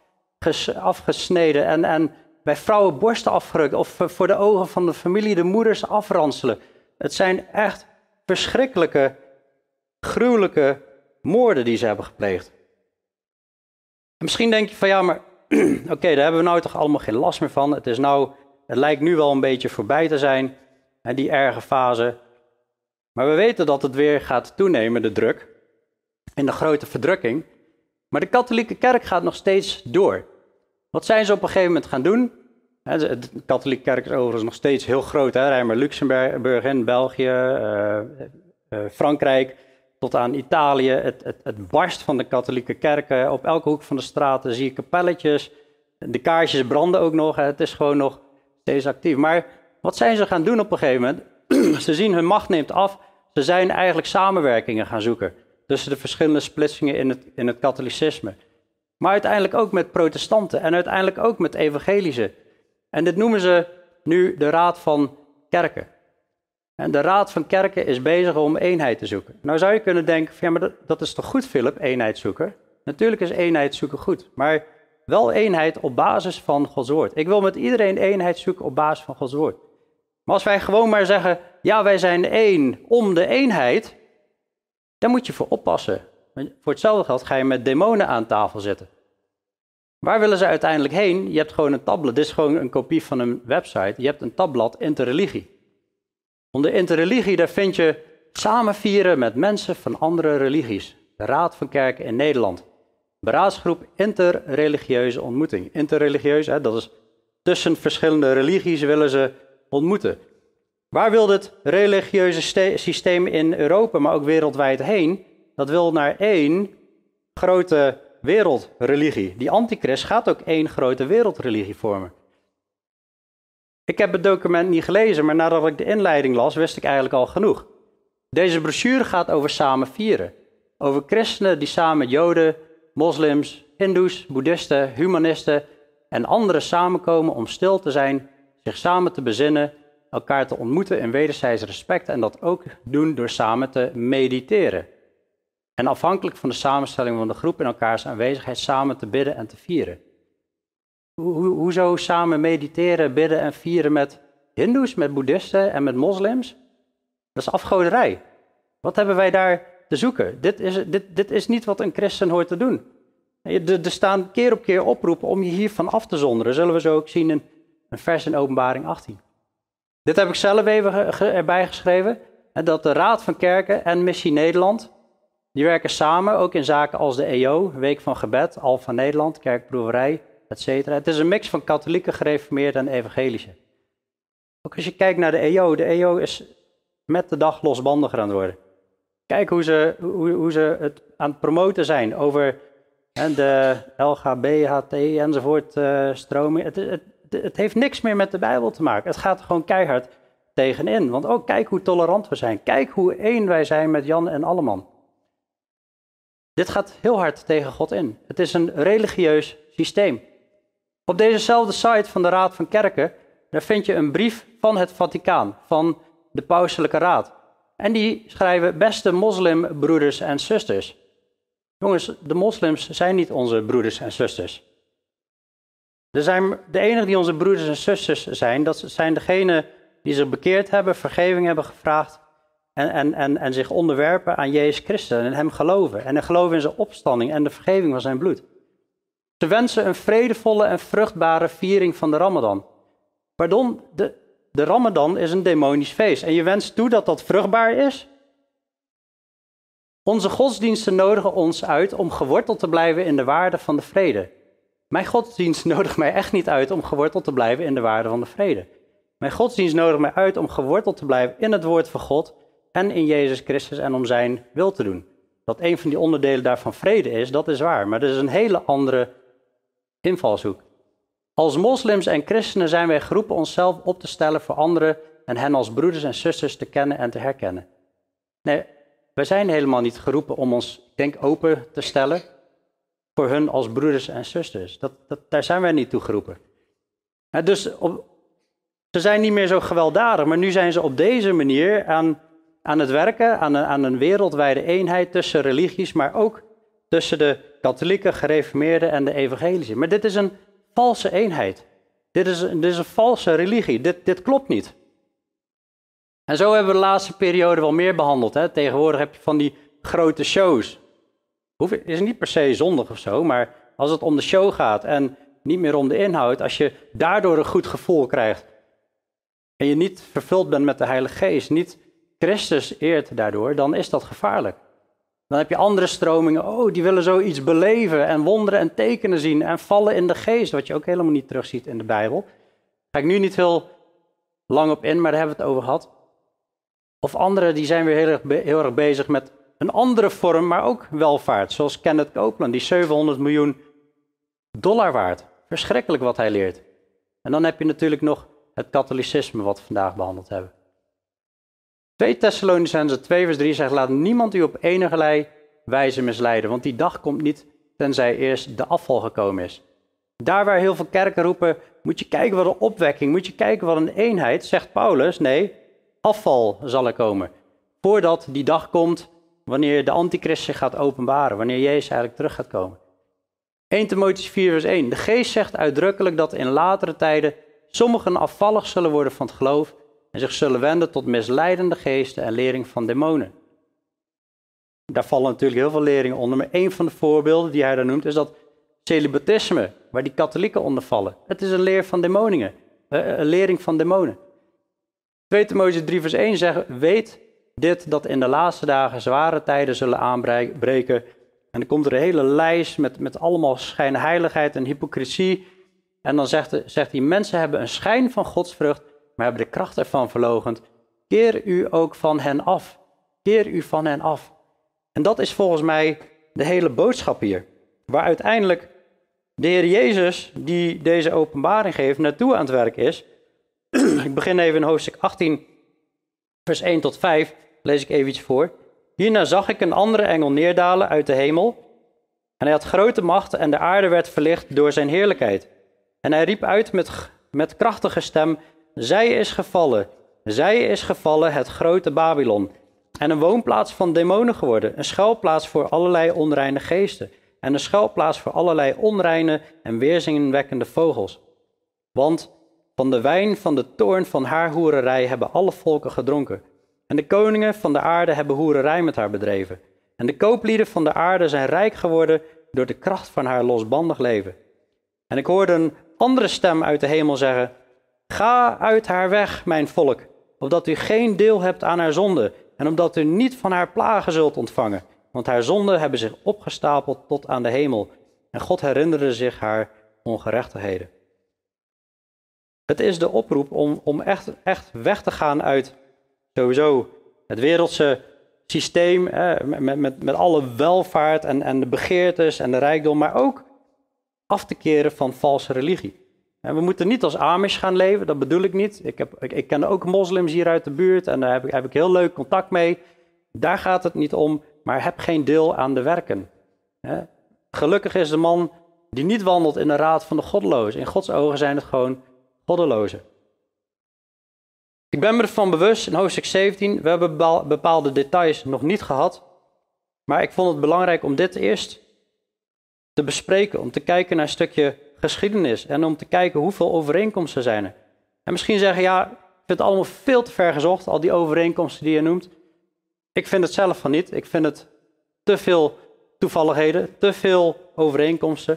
[SPEAKER 1] afgesneden en bij vrouwen borsten afgerukt of voor de ogen van de familie de moeders afranselen. Het zijn echt verschrikkelijke, gruwelijke moorden die ze hebben gepleegd. En misschien denk je van ja, maar oké, daar hebben we nou toch allemaal geen last meer van. Het lijkt nu wel een beetje voorbij te zijn, die erge fase. Maar we weten dat het weer gaat toenemen, de druk. In de grote verdrukking. Maar de katholieke kerk gaat nog steeds door. Wat zijn ze op een gegeven moment gaan doen? De katholieke kerk is overigens nog steeds heel groot. Rij maar Luxemburg in, België, Frankrijk, tot aan Italië. Het barst van de katholieke kerken. Op elke hoek van de straten zie je kapelletjes. De kaarsjes branden ook nog. Het is gewoon nog steeds actief. Maar wat zijn ze gaan doen op een gegeven moment? Ze zien hun macht neemt af. Ze zijn eigenlijk samenwerkingen gaan zoeken tussen de verschillende splitsingen in het katholicisme. Maar uiteindelijk ook met protestanten en uiteindelijk ook met evangelische. En dit noemen ze nu de Raad van Kerken. En de Raad van Kerken is bezig om eenheid te zoeken. Nou zou je kunnen denken, van, ja, maar dat is toch goed, Philip, eenheid zoeken? Natuurlijk is eenheid zoeken goed, maar wel eenheid op basis van Gods woord. Ik wil met iedereen eenheid zoeken op basis van Gods woord. Maar als wij gewoon maar zeggen, ja, wij zijn één om de eenheid, dan moet je voor oppassen. Voor hetzelfde geld ga je met demonen aan tafel zitten. Waar willen ze uiteindelijk heen? Je hebt gewoon een tabblad, dit is gewoon een kopie van een website. Je hebt een tabblad interreligie. Onder interreligie, daar vind je samen vieren met mensen van andere religies. De Raad van Kerken in Nederland. Beraadsgroep interreligieuze ontmoeting. Interreligieus, dat is tussen verschillende religies willen ze ontmoeten. Waar wil het religieuze systeem in Europa, maar ook wereldwijd heen? Dat wil naar één grote wereldreligie. Die antichrist gaat ook één grote wereldreligie vormen. Ik heb het document niet gelezen, maar nadat ik de inleiding las, wist ik eigenlijk al genoeg. Deze brochure gaat over samen vieren. Over christenen die samen Joden, moslims, hindoes, boeddhisten, humanisten en anderen samenkomen om stil te zijn, zich samen te bezinnen, elkaar te ontmoeten in wederzijds respect en dat ook doen door samen te mediteren. En afhankelijk van de samenstelling van de groep in elkaars aanwezigheid samen te bidden en te vieren. Hoezo samen mediteren, bidden en vieren met hindoes, met boeddhisten en met moslims? Dat is afgoderij. Wat hebben wij daar te zoeken? Dit is niet wat een christen hoort te doen. Er staan keer op keer oproepen om je hiervan af te zonderen. Zullen we zo ook zien in een vers in Openbaring 18. Dit heb ik zelf even erbij geschreven. Dat de Raad van Kerken en Missie Nederland, die werken samen, ook in zaken als de EO, Week van Gebed, Alpha Nederland, Kerkproeverij, etc. Het is een mix van katholieken, gereformeerden en evangelische. Ook als je kijkt naar de EO is met de dag losbandiger aan het worden. Kijk hoe ze het aan het promoten zijn over de LGBHT enzovoort stroming. Het heeft niks meer met de Bijbel te maken. Het gaat er gewoon keihard tegenin. Want ook kijk hoe tolerant we zijn. Kijk hoe één wij zijn met Jan en Alleman. Dit gaat heel hard tegen God in. Het is een religieus systeem. Op dezezelfde site van de Raad van Kerken, daar vind je een brief van het Vaticaan, van de Pauselijke Raad. En die schrijven, beste moslimbroeders en zusters. Jongens, de moslims zijn niet onze broeders en zusters. De enige die onze broeders en zusters zijn, dat zijn degenen die zich bekeerd hebben, vergeving hebben gevraagd en zich onderwerpen aan Jezus Christus en in hem geloven. En geloven in zijn opstanding en de vergeving van zijn bloed. Ze wensen een vredevolle en vruchtbare viering van de Ramadan. Pardon, de Ramadan is een demonisch feest. En je wenst toe dat dat vruchtbaar is? Onze godsdiensten nodigen ons uit om geworteld te blijven in de waarde van de vrede. Mijn godsdienst nodigt mij echt niet uit om geworteld te blijven in de waarde van de vrede. Mijn godsdienst nodigt mij uit om geworteld te blijven in het woord van God en in Jezus Christus en om zijn wil te doen. Dat een van die onderdelen daarvan vrede is, dat is waar. Maar dat is een hele andere invalshoek. Als moslims en christenen zijn wij geroepen onszelf op te stellen voor anderen en hen als broeders en zusters te kennen en te herkennen. Nee, wij zijn helemaal niet geroepen om ons, open te stellen voor hun als broeders en zusters. Daar zijn wij niet toe geroepen. Dus ze zijn niet meer zo gewelddadig, maar nu zijn ze op deze manier aan het werken, aan een wereldwijde eenheid tussen religies, maar ook tussen de katholieken, gereformeerden en de evangelische. Maar dit is een valse eenheid. Dit is een valse religie. Dit klopt niet. En zo hebben we de laatste periode wel meer behandeld. Hè? Tegenwoordig heb je van die grote shows. Is niet per se zondig of zo, maar als het om de show gaat en niet meer om de inhoud, als je daardoor een goed gevoel krijgt en je niet vervuld bent met de Heilige Geest, niet Christus eert daardoor, dan is dat gevaarlijk. Dan heb je andere stromingen, die willen zoiets beleven en wonderen en tekenen zien en vallen in de geest, wat je ook helemaal niet terugziet in de Bijbel. Daar ga ik nu niet heel lang op in, maar daar hebben we het over gehad. Of anderen die zijn weer heel erg bezig met een andere vorm, maar ook welvaart. Zoals Kenneth Copeland, die $700 miljoen waard. Verschrikkelijk wat hij leert. En dan heb je natuurlijk nog het katholicisme wat we vandaag behandeld hebben. 2 Thessalonicenzen 2 vers 3 zegt, laat niemand u op enige wijze misleiden, want die dag komt niet tenzij eerst de afval gekomen is. Daar waar heel veel kerken roepen, moet je kijken wat een opwekking, moet je kijken wat een eenheid, zegt Paulus, nee, afval zal er komen. Voordat die dag komt wanneer de antichrist zich gaat openbaren, wanneer Jezus eigenlijk terug gaat komen. 1 Timotheüs 4 vers 1. De geest zegt uitdrukkelijk dat in latere tijden sommigen afvallig zullen worden van het geloof en zich zullen wenden tot misleidende geesten en lering van demonen. Daar vallen natuurlijk heel veel leringen onder, maar een van de voorbeelden die hij daar noemt is dat celibatisme, waar die katholieken onder vallen. Het is een leer van demoningen, een lering van demonen. 2 Timotheüs 3 vers 1 zegt, weet dit dat in de laatste dagen zware tijden zullen aanbreken. En dan komt er een hele lijst met allemaal schijnheiligheid en hypocrisie. En dan zegt hij, mensen hebben een schijn van godsvrucht, maar hebben de kracht ervan verloochend. Keer u ook van hen af. Keer u van hen af. En dat is volgens mij de hele boodschap hier. Waar uiteindelijk de Heer Jezus, die deze openbaring geeft, naartoe aan het werk is. Ik begin even in hoofdstuk 18, vers 1 tot 5. Lees ik even iets voor. Hierna zag ik een andere engel neerdalen uit de hemel. En hij had grote macht en de aarde werd verlicht door zijn heerlijkheid. En hij riep uit met krachtige stem, zij is gevallen, het grote Babylon. En een woonplaats van demonen geworden, een schuilplaats voor allerlei onreine geesten. En een schuilplaats voor allerlei onreine en weerzinwekkende vogels. Want van de wijn van de toorn van haar hoererij hebben alle volken gedronken. En de koningen van de aarde hebben hoererij met haar bedreven. En de kooplieden van de aarde zijn rijk geworden door de kracht van haar losbandig leven. En ik hoorde een andere stem uit de hemel zeggen, ga uit haar weg, mijn volk, opdat u geen deel hebt aan haar zonde en omdat u niet van haar plagen zult ontvangen. Want haar zonden hebben zich opgestapeld tot aan de hemel en God herinnerde zich haar ongerechtigheden. Het is de oproep om echt weg te gaan uit sowieso het wereldse systeem, met alle welvaart en de begeertes en de rijkdom, maar ook af te keren van valse religie. En we moeten niet als Amish gaan leven, dat bedoel ik niet. Ik ken ook moslims hier uit de buurt en daar heb ik heel leuk contact mee. Daar gaat het niet om, maar heb geen deel aan de werken. Gelukkig is de man die niet wandelt in de raad van de goddelozen. In Gods ogen zijn het gewoon goddelozen. Ik ben me ervan bewust, in hoofdstuk 17, we hebben bepaalde details nog niet gehad. Maar ik vond het belangrijk om dit eerst te bespreken, om te kijken naar een stukje geschiedenis en om te kijken hoeveel overeenkomsten zijn er. En misschien zeggen, ja, ik vind het allemaal veel te ver gezocht, al die overeenkomsten die je noemt. Ik vind het zelf van niet. Ik vind het te veel toevalligheden, te veel overeenkomsten.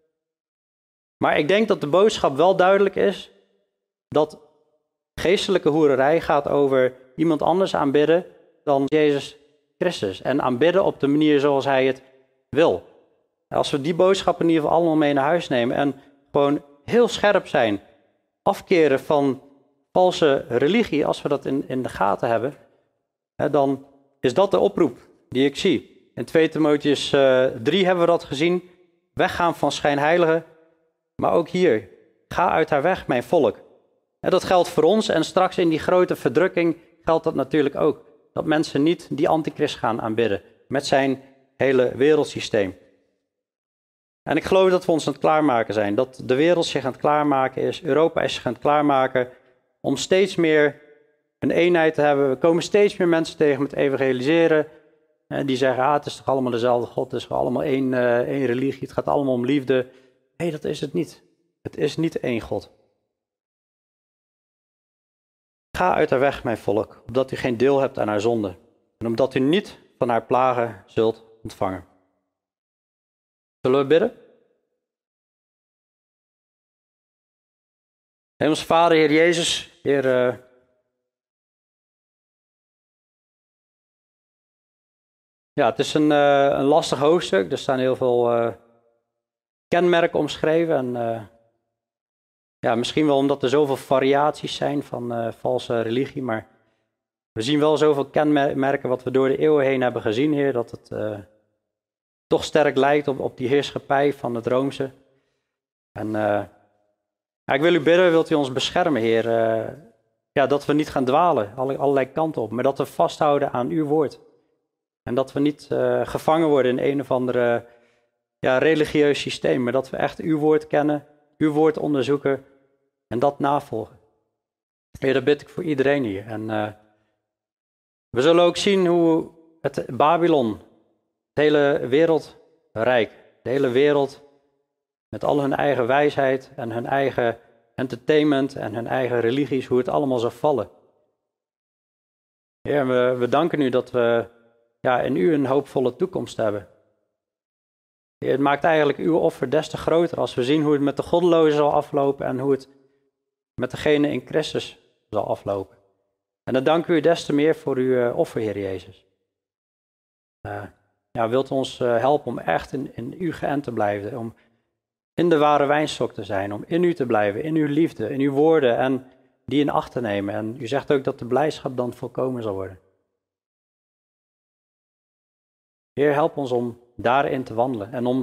[SPEAKER 1] Maar ik denk dat de boodschap wel duidelijk is dat geestelijke hoererij gaat over iemand anders aanbidden dan Jezus Christus. En aanbidden op de manier zoals hij het wil. Als we die boodschap in ieder geval allemaal mee naar huis nemen en gewoon heel scherp zijn, afkeren van valse religie, als we dat in de gaten hebben, dan is dat de oproep die ik zie. In 2 Timotheüs 3 hebben we dat gezien, weggaan van schijnheiligen, maar ook hier, ga uit haar weg, mijn volk. En dat geldt voor ons en straks in die grote verdrukking geldt dat natuurlijk ook. Dat mensen niet die antichrist gaan aanbidden met zijn hele wereldsysteem. En ik geloof dat we ons aan het klaarmaken zijn. Dat de wereld zich aan het klaarmaken is. Europa is zich aan het klaarmaken om steeds meer een eenheid te hebben. We komen steeds meer mensen tegen met evangeliseren. Die zeggen, het is toch allemaal dezelfde God. Het is toch allemaal één religie. Het gaat allemaal om liefde. Nee, dat is het niet. Het is niet één God. Ga uit haar weg, mijn volk, opdat u geen deel hebt aan haar zonde. En omdat u niet van haar plagen zult ontvangen. Zullen we bidden? Hemelse Vader, Heer Jezus, Heer, ja, het is een lastig hoofdstuk. Er staan heel veel kenmerken omschreven. En ja, misschien wel omdat er zoveel variaties zijn van valse religie. Maar we zien wel zoveel kenmerken wat we door de eeuwen heen hebben gezien, Heer, dat het toch sterk lijkt op die heerschappij van het Roomse. En ja, ik wil u bidden, wilt u ons beschermen, Heer, ja, dat we niet gaan dwalen, allerlei kanten op, maar dat we vasthouden aan uw woord. En dat we niet gevangen worden in een of andere religieus systeem, maar dat we echt uw woord kennen, uw woord onderzoeken en dat navolgen. Heer, dat bid ik voor iedereen hier. En we zullen ook zien hoe het Babylon, het hele wereldrijk, de hele wereld met al hun eigen wijsheid en hun eigen entertainment en hun eigen religies, hoe het allemaal zou vallen. Heer, we danken u dat we in u een hoopvolle toekomst hebben. Heer, het maakt eigenlijk uw offer des te groter als we zien hoe het met de goddelozen zal aflopen en hoe het met degene in Christus zal aflopen. En dan danken we u des te meer voor uw offer, Heer Jezus. Wilt u ons helpen om echt in u geënt te blijven, om in de ware wijnstok te zijn, om in u te blijven, in uw liefde, in uw woorden en die in acht te nemen. En u zegt ook dat de blijdschap dan volkomen zal worden. Heer, help ons om daarin te wandelen en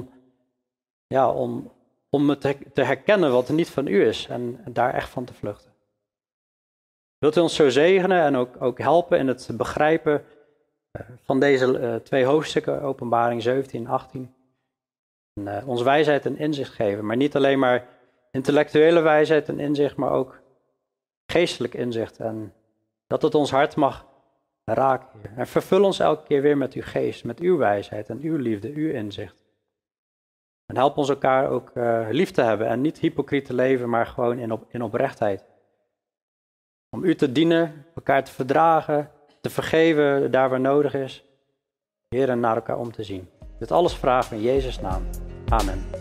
[SPEAKER 1] om te herkennen wat er niet van u is en daar echt van te vluchten. Wilt u ons zo zegenen en ook helpen in het begrijpen van deze 2 hoofdstukken, Openbaring 17 en 18. En ons wijsheid en inzicht geven, maar niet alleen maar intellectuele wijsheid en inzicht, maar ook geestelijk inzicht. En dat het ons hart mag raken. En vervul ons elke keer weer met uw geest, met uw wijsheid en uw liefde, uw inzicht. En help ons elkaar ook lief te hebben en niet hypocriet te leven, maar gewoon in oprechtheid. Om u te dienen, elkaar te verdragen, te vergeven daar waar nodig is. Heer, en naar elkaar om te zien. Dit alles vragen we in Jezus' naam. Amen.